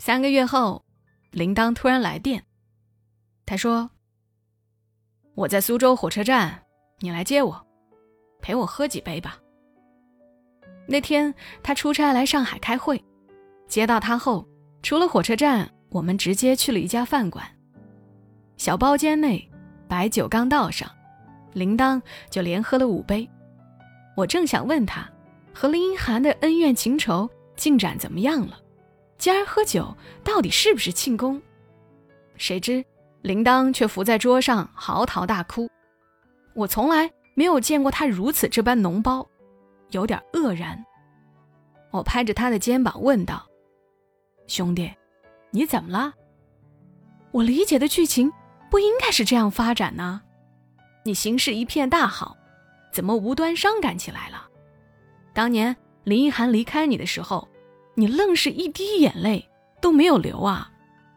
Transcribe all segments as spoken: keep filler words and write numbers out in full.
三个月后，铃铛突然来电，他说：我在苏州火车站，你来接我，陪我喝几杯吧。那天他出差来上海开会，接到他后，除了火车站，我们直接去了一家饭馆。小包间内，白酒刚倒上，铃铛就连喝了五杯。我正想问他，和林一涵的恩怨情仇进展怎么样了？今儿喝酒到底是不是庆功？谁知铃铛却伏在桌上嚎啕大哭。我从来没有见过他如此这般脓包，有点愕然。我拍着他的肩膀问道：兄弟，你怎么了？我理解的剧情不应该是这样发展呢？你行事一片大好，怎么无端伤感起来了？当年林一涵离开你的时候，你愣是一滴眼泪都没有流啊。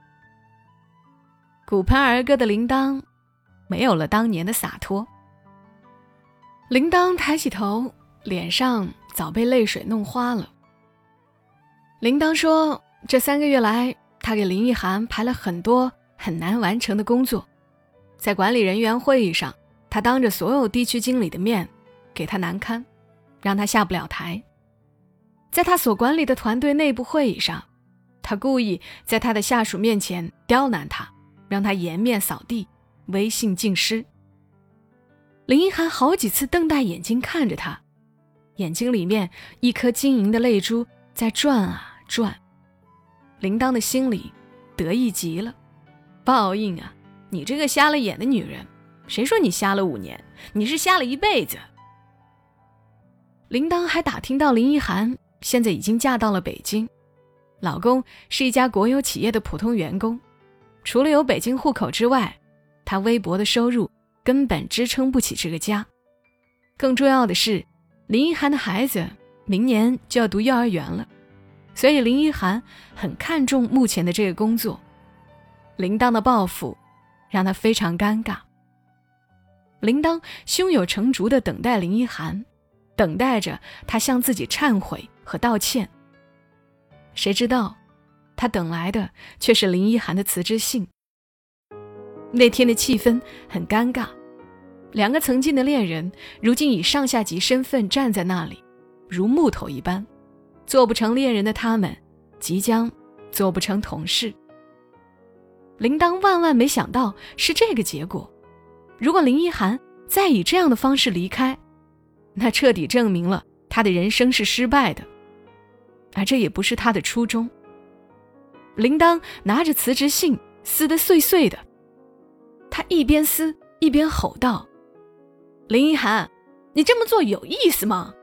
骨盆儿歌的铃铛没有了当年的洒脱。铃铛抬起头，脸上早被泪水弄花了。铃铛说，这三个月来他给林一涵排了很多很难完成的工作，在管理人员会议上，他当着所有地区经理的面给他难堪，让他下不了台。在他所管理的团队内部会议上，他故意在他的下属面前刁难他，让他颜面扫地，威信尽失。林一涵好几次瞪大眼睛看着他，眼睛里面一颗晶莹的泪珠在转啊转。铃铛的心里得意极了，报应啊，你这个瞎了眼的女人，谁说你瞎了五年？你是瞎了一辈子。铃铛还打听到林一涵现在已经嫁到了北京，老公是一家国有企业的普通员工，除了有北京户口之外，她微薄的收入根本支撑不起这个家。更重要的是，林一涵的孩子明年就要读幼儿园了，所以林一涵很看重目前的这个工作。铃铛的报复让他非常尴尬。铃铛胸有成竹地等待林一涵，等待着他向自己忏悔和道歉。谁知道他等来的却是林一涵的辞职信。那天的气氛很尴尬，两个曾经的恋人如今以上下级身份站在那里，如木头一般，做不成恋人的他们即将做不成同事。铃铛万万没想到是这个结果，如果林一涵再以这样的方式离开，那彻底证明了他的人生是失败的，而这也不是他的初衷。铃铛拿着辞职信撕得碎碎的，他一边撕一边吼道：林一涵，你这么做有意思吗？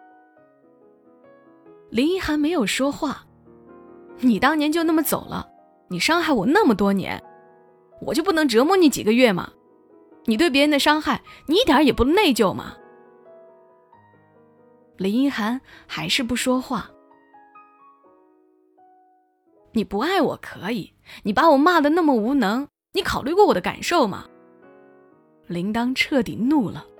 林一涵没有说话。你当年就那么走了，你伤害我那么多年，我就不能折磨你几个月吗？你对别人的伤害，你一点也不内疚吗？林一涵还是不说话。你不爱我可以，你把我骂得那么无能，你考虑过我的感受吗？铃铛彻底怒了。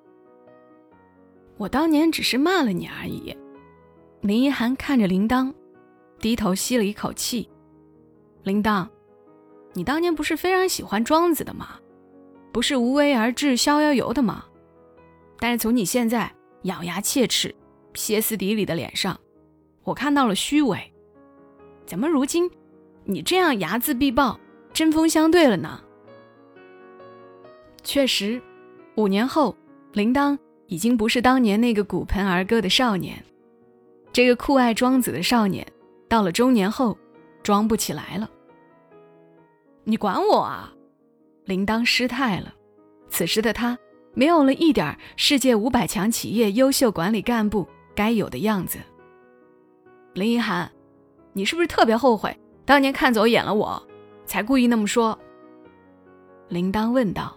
我当年只是骂了你而已。林一涵看着铃铛，低头吸了一口气。铃铛，你当年不是非常喜欢庄子的吗？不是无为而治逍遥游的吗？但是从你现在咬牙切齿歇斯底里的脸上，我看到了虚伪。怎么如今你这样睚眦必报，针锋相对了呢？确实，五年后，铃铛已经不是当年那个骨盆儿歌的少年。这个酷爱庄子的少年，到了中年后，装不起来了。你管我啊！铃铛失态了。此时的他，没有了一点世界五百强企业优秀管理干部该有的样子。林一涵，你是不是特别后悔当年看走眼了我，才故意那么说？铃铛问道。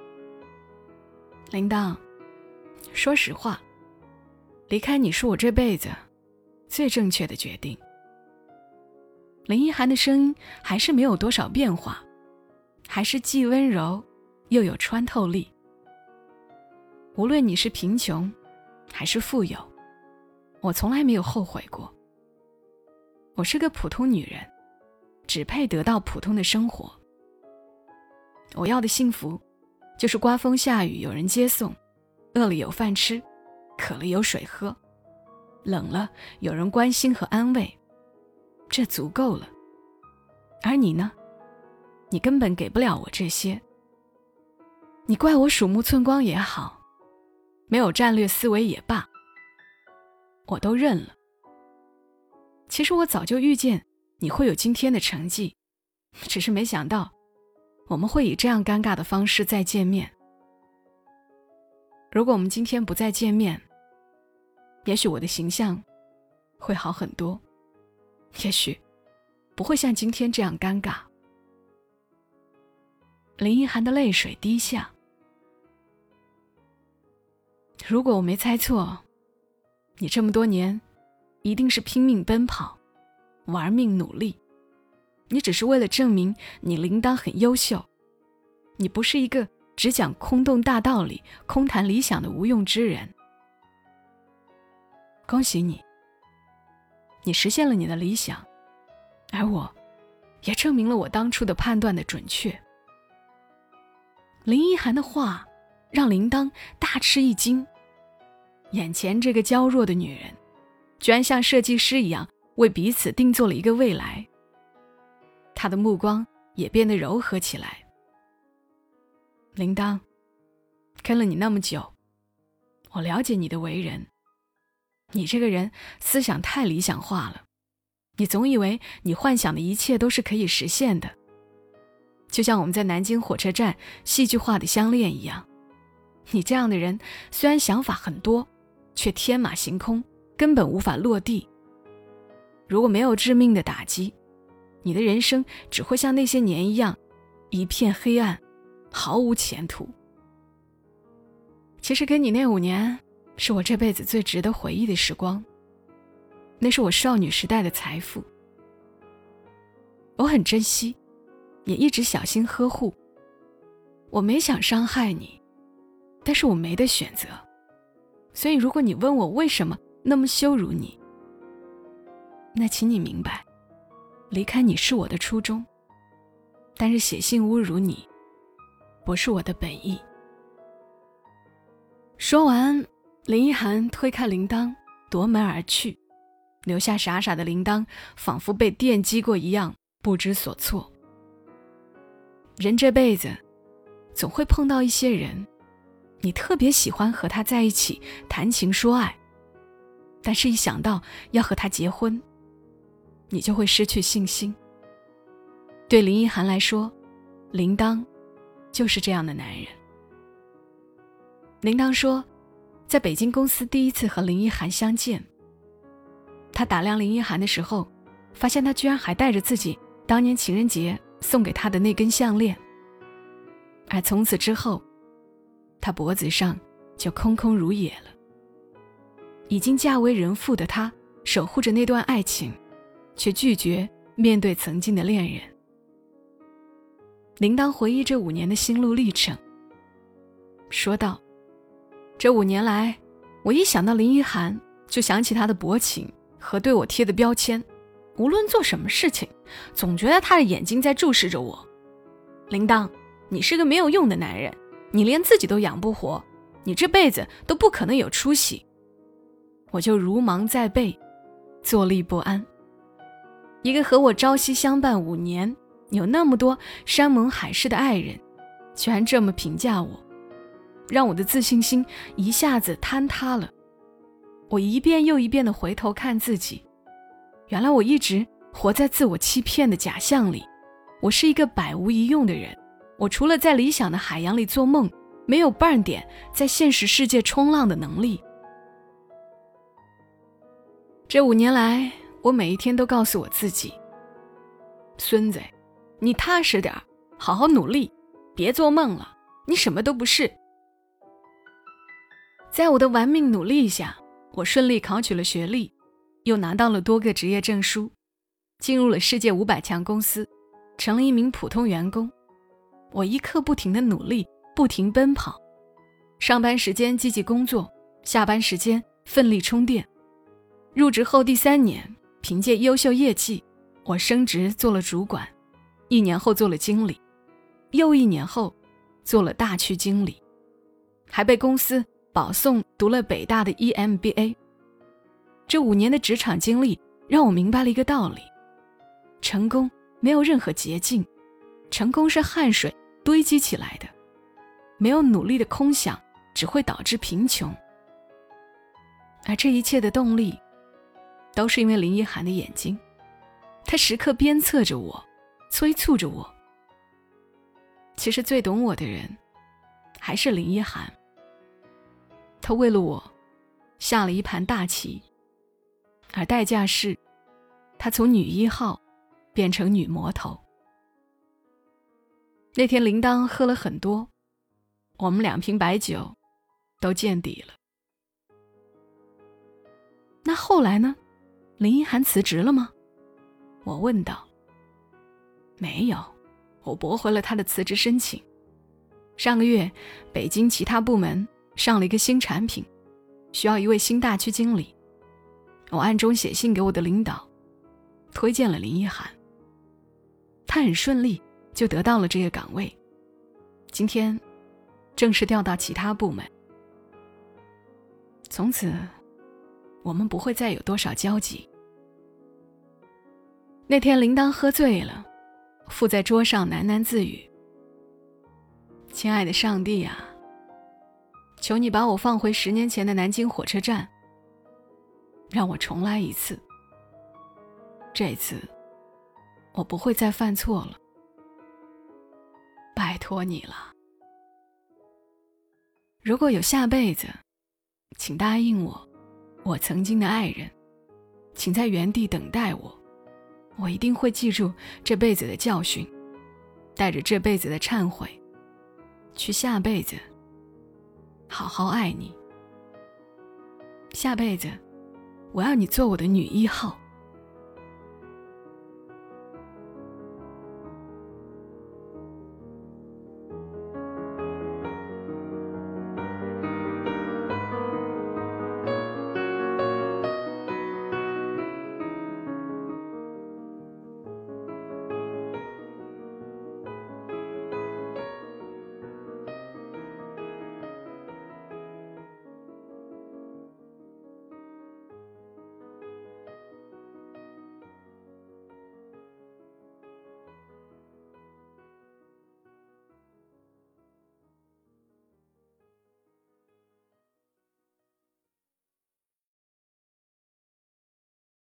铃铛，说实话，离开你是我这辈子最正确的决定。林一涵的声音还是没有多少变化，还是既温柔又有穿透力。无论你是贫穷还是富有，我从来没有后悔过。我是个普通女人， 只配得到普通的生活。我要的幸福，就是刮风下雨有人接送，饿了有饭吃，渴了有水喝，冷了有人关心和安慰，这足够了。而你呢？你根本给不了我这些。你怪我鼠目寸光也好，没有战略思维也罢，我都认了。其实我早就预见你会有今天的成绩，只是没想到我们会以这样尴尬的方式再见面。如果我们今天不再见面，也许我的形象会好很多，也许不会像今天这样尴尬。林一涵的泪水滴下。如果我没猜错，你这么多年一定是拼命奔跑，玩命努力，你只是为了证明你铃铛很优秀，你不是一个只讲空洞大道理、空谈理想的无用之人。恭喜你，你实现了你的理想，而我也证明了我当初的判断的准确。林一涵的话让铃铛大吃一惊，眼前这个娇弱的女人居然像设计师一样为彼此定做了一个未来，她的目光也变得柔和起来。铃铛，跟了你那么久，我了解你的为人，你这个人思想太理想化了，你总以为你幻想的一切都是可以实现的，就像我们在南京火车站戏剧化的相恋一样。你这样的人虽然想法很多，却天马行空，根本无法落地。如果没有致命的打击，你的人生只会像那些年一样，一片黑暗，毫无前途。其实跟你那五年是我这辈子最值得回忆的时光，那是我少女时代的财富，我很珍惜，也一直小心呵护。我没想伤害你，但是我没得选择。所以如果你问我为什么那么羞辱你，那请你明白，离开你是我的初衷，但是写信侮辱你不是我的本意。说完，林一涵推开铃铛夺门而去，留下傻傻的铃铛仿佛被电击过一样不知所措。人这辈子总会碰到一些人，你特别喜欢和他在一起谈情说爱，但是一想到要和他结婚，你就会失去信心。对林一涵来说，铃铛就是这样的男人。铃铛说，在北京公司第一次和林一涵相见，他打量林一涵的时候，发现他居然还带着自己当年情人节送给他的那根项链，而从此之后，他脖子上就空空如也了。已经嫁为人妇的他，守护着那段爱情，却拒绝面对曾经的恋人。铃铛回忆这五年的心路历程，说道，这五年来，我一想到林一涵，就想起他的薄情和对我贴的标签，无论做什么事情，总觉得他的眼睛在注视着我。铃铛，你是个没有用的男人，你连自己都养不活，你这辈子都不可能有出息。我就如芒在背，坐立不安。一个和我朝夕相伴五年，有那么多山盟海誓的爱人，居然这么评价我，让我的自信心一下子坍塌了。我一遍又一遍地回头看自己，原来我一直活在自我欺骗的假象里。我是一个百无一用的人，我除了在理想的海洋里做梦，没有半点在现实世界冲浪的能力。这五年来，我每一天都告诉我自己，孙子，你踏实点，好好努力，别做梦了，你什么都不是。在我的玩命努力下，我顺利考取了学历，又拿到了多个职业证书，进入了世界五百强公司，成了一名普通员工。我一刻不停地努力，不停奔跑，上班时间积极工作，下班时间奋力充电。入职后第三年，凭借优秀业绩， 我升职做了主管，一年后做了经理，又一年后做了大区经理，还被公司保送读了北大的 E M B A。 这五年的职场经历让我明白了一个道理，成功没有任何捷径，成功是汗水堆积起来的，没有努力的空想只会导致贫穷。而这一切的动力都是因为林一涵的眼睛，他时刻鞭策着我，催促着我。其实最懂我的人还是林一涵，他为了我下了一盘大棋，而代价是他从女一号变成女魔头。那天铃铛喝了很多，我们两瓶白酒都见底了。那后来呢？林一涵辞职了吗？我问道。没有，我驳回了他的辞职申请。上个月北京其他部门上了一个新产品，需要一位新大区经理，我暗中写信给我的领导，推荐了林一涵。他很顺利就得到了这个岗位，今天正式调到其他部门。从此我们不会再有多少交集。那天铃铛喝醉了，附在桌上喃喃自语，亲爱的上帝啊，求你把我放回十年前的南京火车站，让我重来一次。这次我不会再犯错了，拜托你了。如果有下辈子，请答应我，我曾经的爱人，请在原地等待我，我一定会记住这辈子的教训，带着这辈子的忏悔，去下辈子好好爱你。下辈子我要你做我的女一号。